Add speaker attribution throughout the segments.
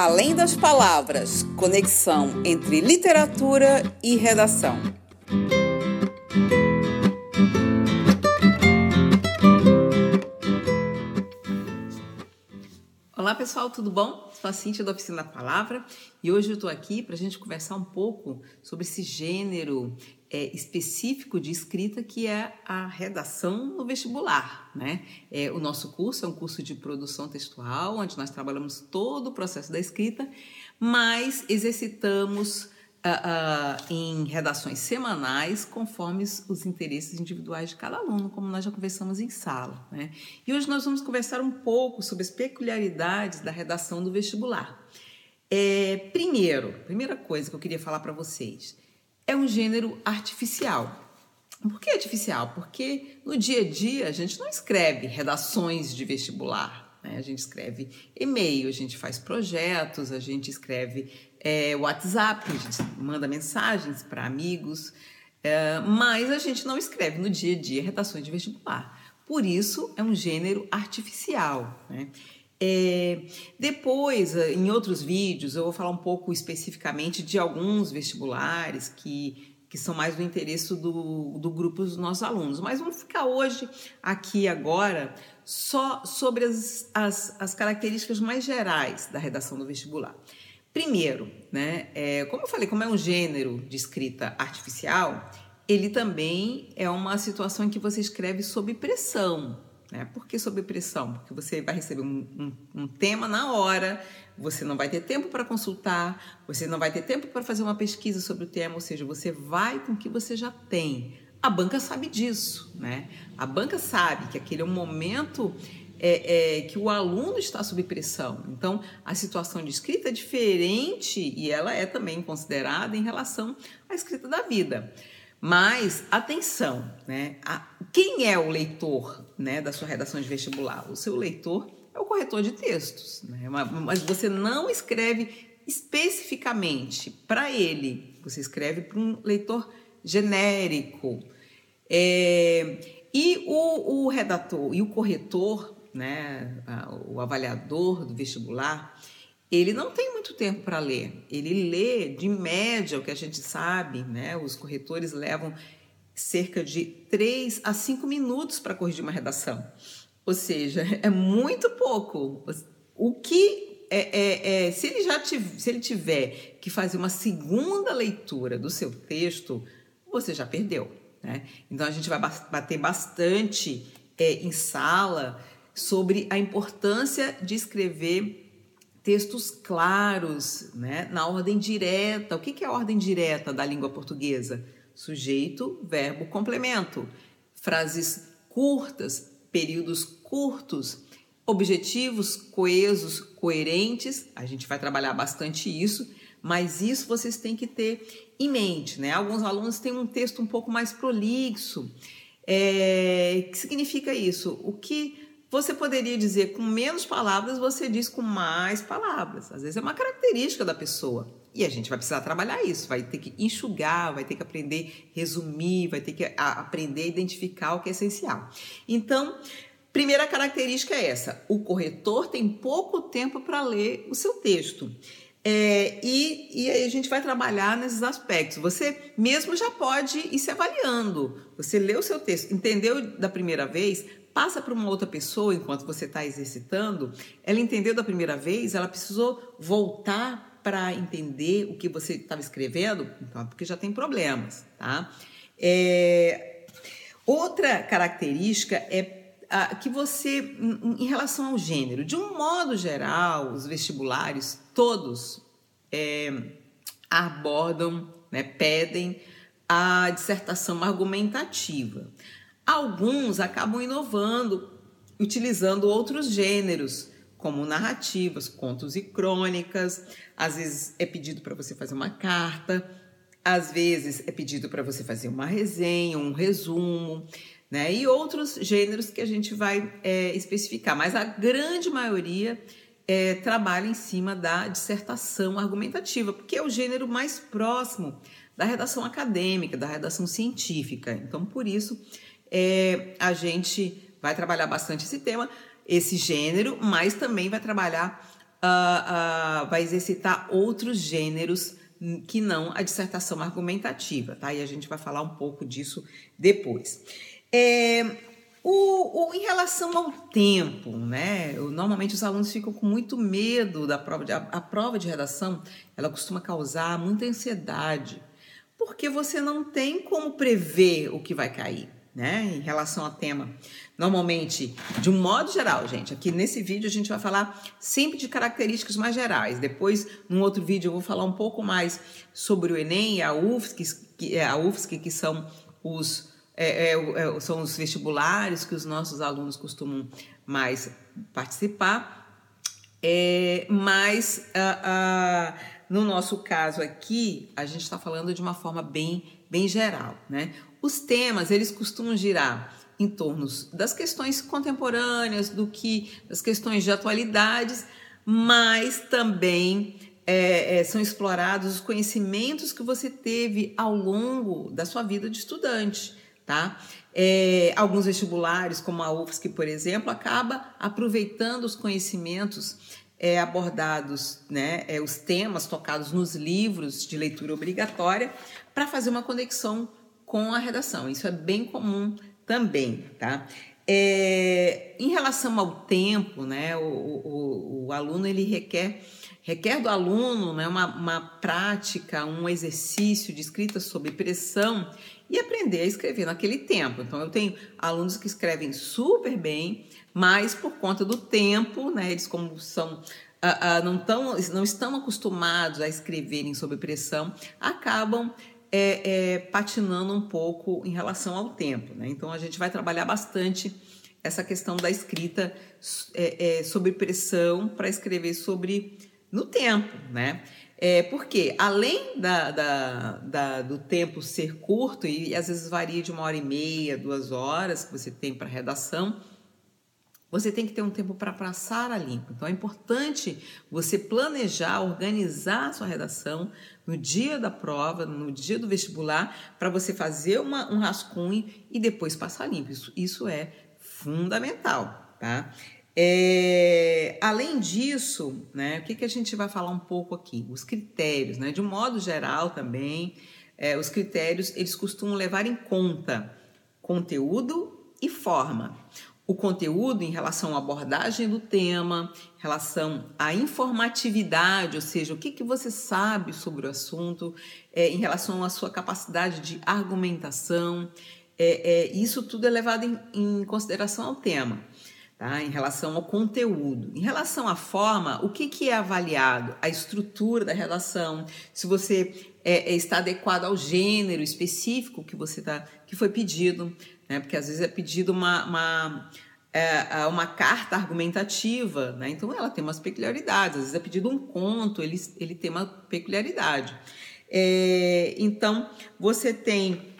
Speaker 1: Além das palavras, conexão entre literatura e redação.
Speaker 2: Olá pessoal, tudo bom? Sou a Cíntia da Oficina da Palavra e hoje eu estou aqui para a gente conversar um pouco sobre esse gênero específico de escrita que é a redação no vestibular, né? O nosso curso é um curso de produção textual, onde nós trabalhamos todo o processo da escrita, mas exercitamos em redações semanais, conforme os interesses individuais de cada aluno, como nós já conversamos em sala, né? E hoje nós vamos conversar um pouco sobre as peculiaridades da redação do vestibular. Primeira coisa que eu queria falar para vocês, é um gênero artificial. Por que artificial? Porque no dia a dia a gente não escreve redações de vestibular, né? A gente escreve e-mail, a gente faz projetos, a gente escreve WhatsApp, a gente manda mensagens para amigos, mas a gente não escreve no dia a dia redações de vestibular. Por isso, é um gênero artificial, né? Depois, em outros vídeos, eu vou falar um pouco especificamente de alguns vestibulares que são mais do interesse do grupo dos nossos alunos. Mas vamos ficar hoje, aqui agora, só sobre as características mais gerais da redação do vestibular. Primeiro, né, como eu falei, como é um gênero de escrita artificial, ele também é uma situação em que você escreve sob pressão, né? Por que sob pressão? Porque você vai receber um tema na hora, você não vai ter tempo para consultar, você não vai ter tempo para fazer uma pesquisa sobre o tema, ou seja, você vai com o que você já tem. A banca sabe disso, né? A banca sabe que aquele é um momento que o aluno está sob pressão. Então, a situação de escrita é diferente e ela é também considerada em relação à escrita da vida. Mas, atenção, né? Quem é o leitor, né, da sua redação de vestibular? O seu leitor é o corretor de textos, né? Mas você não escreve especificamente para ele, você escreve para um leitor genérico. E o redator e o corretor, né, o avaliador do vestibular, ele não tem muito tempo para ler. Ele lê, de média, o que a gente sabe, né? Os corretores levam cerca de 3 a 5 minutos para corrigir uma redação. Ou seja, é muito pouco. O que se ele tiver que fazer uma segunda leitura do seu texto, você já perdeu, né? Então a gente vai bater bastante em sala sobre a importância de escrever textos claros, né, na ordem direta. O que é a ordem direta da língua portuguesa? Sujeito, verbo, complemento. Frases curtas, períodos curtos, objetivos coesos, coerentes. A gente vai trabalhar bastante isso, mas isso vocês têm que ter em mente, né? Alguns alunos têm um texto um pouco mais prolixo. O que significa isso? O que você poderia dizer com menos palavras, você diz com mais palavras. Às vezes é uma característica da pessoa. E a gente vai precisar trabalhar isso. Vai ter que enxugar, vai ter que aprender a resumir, vai ter que aprender a identificar o que é essencial. Então, primeira característica é essa. O corretor tem pouco tempo para ler o seu texto. E aí a gente vai trabalhar nesses aspectos. Você mesmo já pode ir se avaliando. Você leu o seu texto, entendeu da primeira vez, passa para uma outra pessoa enquanto você está exercitando. Ela entendeu da primeira vez, ela precisou voltar para entender o que você estava escrevendo, então, porque já tem problemas, tá? Outra característica é que você, em relação ao gênero, de um modo geral, os vestibulares todos abordam, né, pedem a dissertação argumentativa. Alguns acabam inovando, utilizando outros gêneros, como narrativas, contos e crônicas. Às vezes é pedido para você fazer uma carta, às vezes é pedido para você fazer uma resenha, um resumo, né? E outros gêneros que a gente vai especificar. Mas a grande maioria trabalha em cima da dissertação argumentativa, porque é o gênero mais próximo da redação acadêmica, da redação científica. Então, por isso, a gente vai trabalhar bastante esse tema, esse gênero, mas também vai trabalhar vai exercitar outros gêneros que não a dissertação argumentativa, tá? E a gente vai falar um pouco disso depois. Em relação ao tempo, né? Normalmente os alunos ficam com muito medo da prova. A prova de redação, ela costuma causar muita ansiedade, porque você não tem como prever o que vai cair, né? Em relação ao tema. Normalmente, de um modo geral, gente, aqui nesse vídeo a gente vai falar sempre de características mais gerais. Depois, num outro vídeo, eu vou falar um pouco mais sobre o Enem e a UFSC, que são são os vestibulares que os nossos alunos costumam mais participar. Mas no nosso caso aqui, a gente está falando de uma forma bem geral, né? Os temas, eles costumam girar em torno das questões contemporâneas, das questões de atualidades, mas também são explorados os conhecimentos que você teve ao longo da sua vida de estudante, tá? Alguns vestibulares, como a UFSC, por exemplo, acaba aproveitando os conhecimentos abordados, né, os temas tocados nos livros de leitura obrigatória para fazer uma conexão com a redação. Isso é bem comum também, tá? Em relação ao tempo, né, o aluno ele requer do aluno, né, uma prática, um exercício de escrita sob pressão e aprender a escrever naquele tempo. Então, eu tenho alunos que escrevem super bem, mas por conta do tempo, né, eles como são não estão acostumados a escreverem sob pressão, acabam patinando um pouco em relação ao tempo, né? Então, a gente vai trabalhar bastante essa questão da escrita sob pressão para escrever no tempo, né? Porque além do tempo ser curto, e às vezes varia de 1h30, 2 horas que você tem para redação, você tem que ter um tempo para passar a limpo. Então, é importante você planejar, organizar a sua redação no dia da prova, no dia do vestibular, para você fazer um rascunho e depois passar limpo. Isso é fundamental, tá? Além disso, né, o que a gente vai falar um pouco aqui? Os critérios, né? De um modo geral também, os critérios, eles costumam levar em conta conteúdo e forma. O conteúdo em relação à abordagem do tema, em relação à informatividade, ou seja, o que você sabe sobre o assunto, em relação à sua capacidade de argumentação, isso tudo é levado em consideração ao tema, tá? Em relação ao conteúdo. Em relação à forma, o que é avaliado? A estrutura da redação, se você está adequado ao gênero específico que foi pedido, né? Porque às vezes é pedido uma carta argumentativa, né? Então ela tem umas peculiaridades. Às vezes é pedido um conto, ele tem uma peculiaridade. Então você tem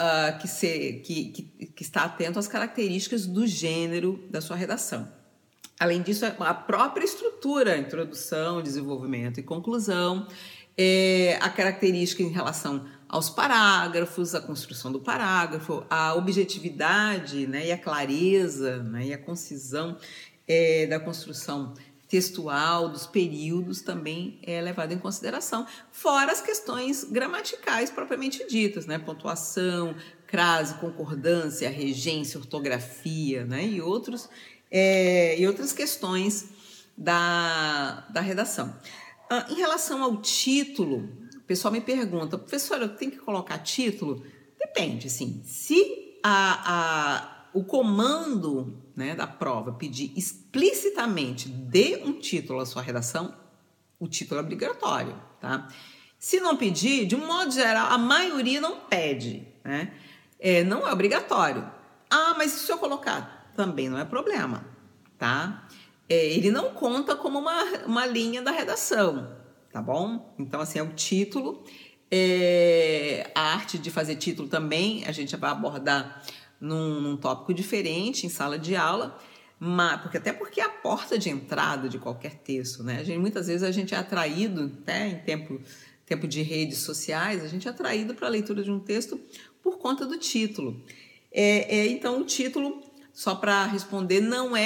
Speaker 2: que estar atento às características do gênero da sua redação. Além disso, a própria estrutura, introdução, desenvolvimento e conclusão, a característica em relação aos parágrafos, a construção do parágrafo, a objetividade, né, e a clareza, né, e a concisão da construção textual, dos períodos também é levado em consideração, fora as questões gramaticais propriamente ditas, né, pontuação, crase, concordância, regência, ortografia, né, e outras questões da redação. Em relação ao título, o pessoal me pergunta, professora, eu tenho que colocar título? Depende, sim. Se o comando, né, da prova pedir explicitamente dê um título à sua redação, o título é obrigatório, tá? Se não pedir, de um modo geral, a maioria não pede, né? Não é obrigatório. Mas se eu colocar, também não é problema, tá? Ele não conta como uma linha da redação, tá bom? Então, assim, é o título. A arte de fazer título também, a gente vai abordar num tópico diferente, em sala de aula, até porque é a porta de entrada de qualquer texto, né? Muitas vezes a gente é atraído, até em tempo de redes sociais, a gente é atraído para a leitura de um texto por conta do título. Então, o título, só para responder, não é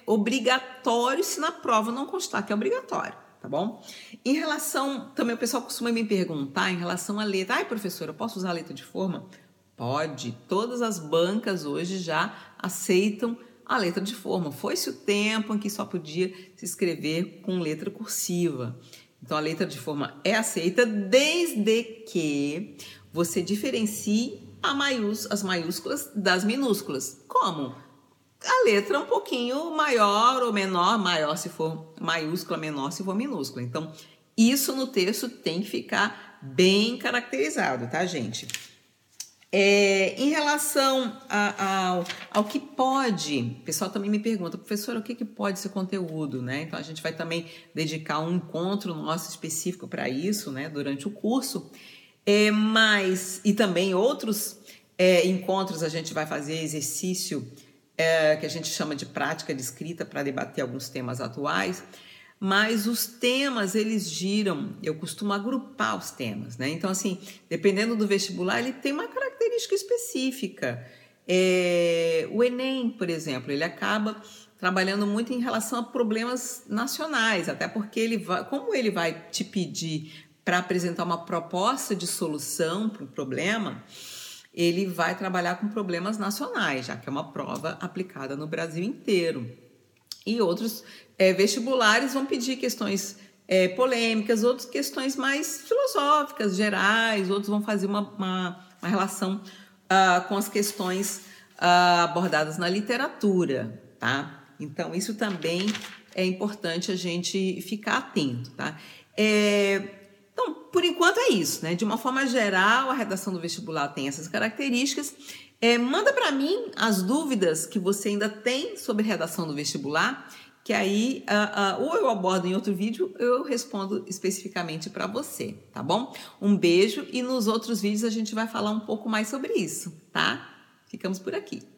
Speaker 2: obrigatório se na prova não constar que é obrigatório, tá bom? Em relação, também o pessoal costuma me perguntar em relação à letra. Ai, professora, eu posso usar a letra de forma? Pode, todas as bancas hoje já aceitam a letra de forma. Foi-se o tempo em que só podia se escrever com letra cursiva. Então, a letra de forma é aceita desde que você diferencie as maiúsculas das minúsculas. Como? A letra um pouquinho maior ou menor, maior se for maiúscula, menor se for minúscula. Então, isso no texto tem que ficar bem caracterizado, tá, gente? Em relação ao que pode, o pessoal também me pergunta, professora, o que pode ser conteúdo, né? Então, a gente vai também dedicar um encontro nosso específico para isso, né, durante o curso, e também outros encontros a gente vai fazer exercício que a gente chama de prática de escrita para debater alguns temas atuais. Mas os temas, eles giram, eu costumo agrupar os temas, né? Então, assim, dependendo do vestibular, ele tem uma característica específica. O Enem, por exemplo, ele acaba trabalhando muito em relação a problemas nacionais, até porque como ele vai te pedir para apresentar uma proposta de solução para o problema, ele vai trabalhar com problemas nacionais, já que é uma prova aplicada no Brasil inteiro. E outros vestibulares vão pedir questões polêmicas, outras questões mais filosóficas, gerais, outros vão fazer uma relação com as questões abordadas na literatura, tá? Então, isso também é importante a gente ficar atento, tá? Então, por enquanto é isso, né? De uma forma geral, a redação do vestibular tem essas características. Manda para mim as dúvidas que você ainda tem sobre redação do vestibular, que aí ou eu abordo em outro vídeo, ou eu respondo especificamente para você, tá bom? Um beijo e nos outros vídeos a gente vai falar um pouco mais sobre isso, tá? Ficamos por aqui.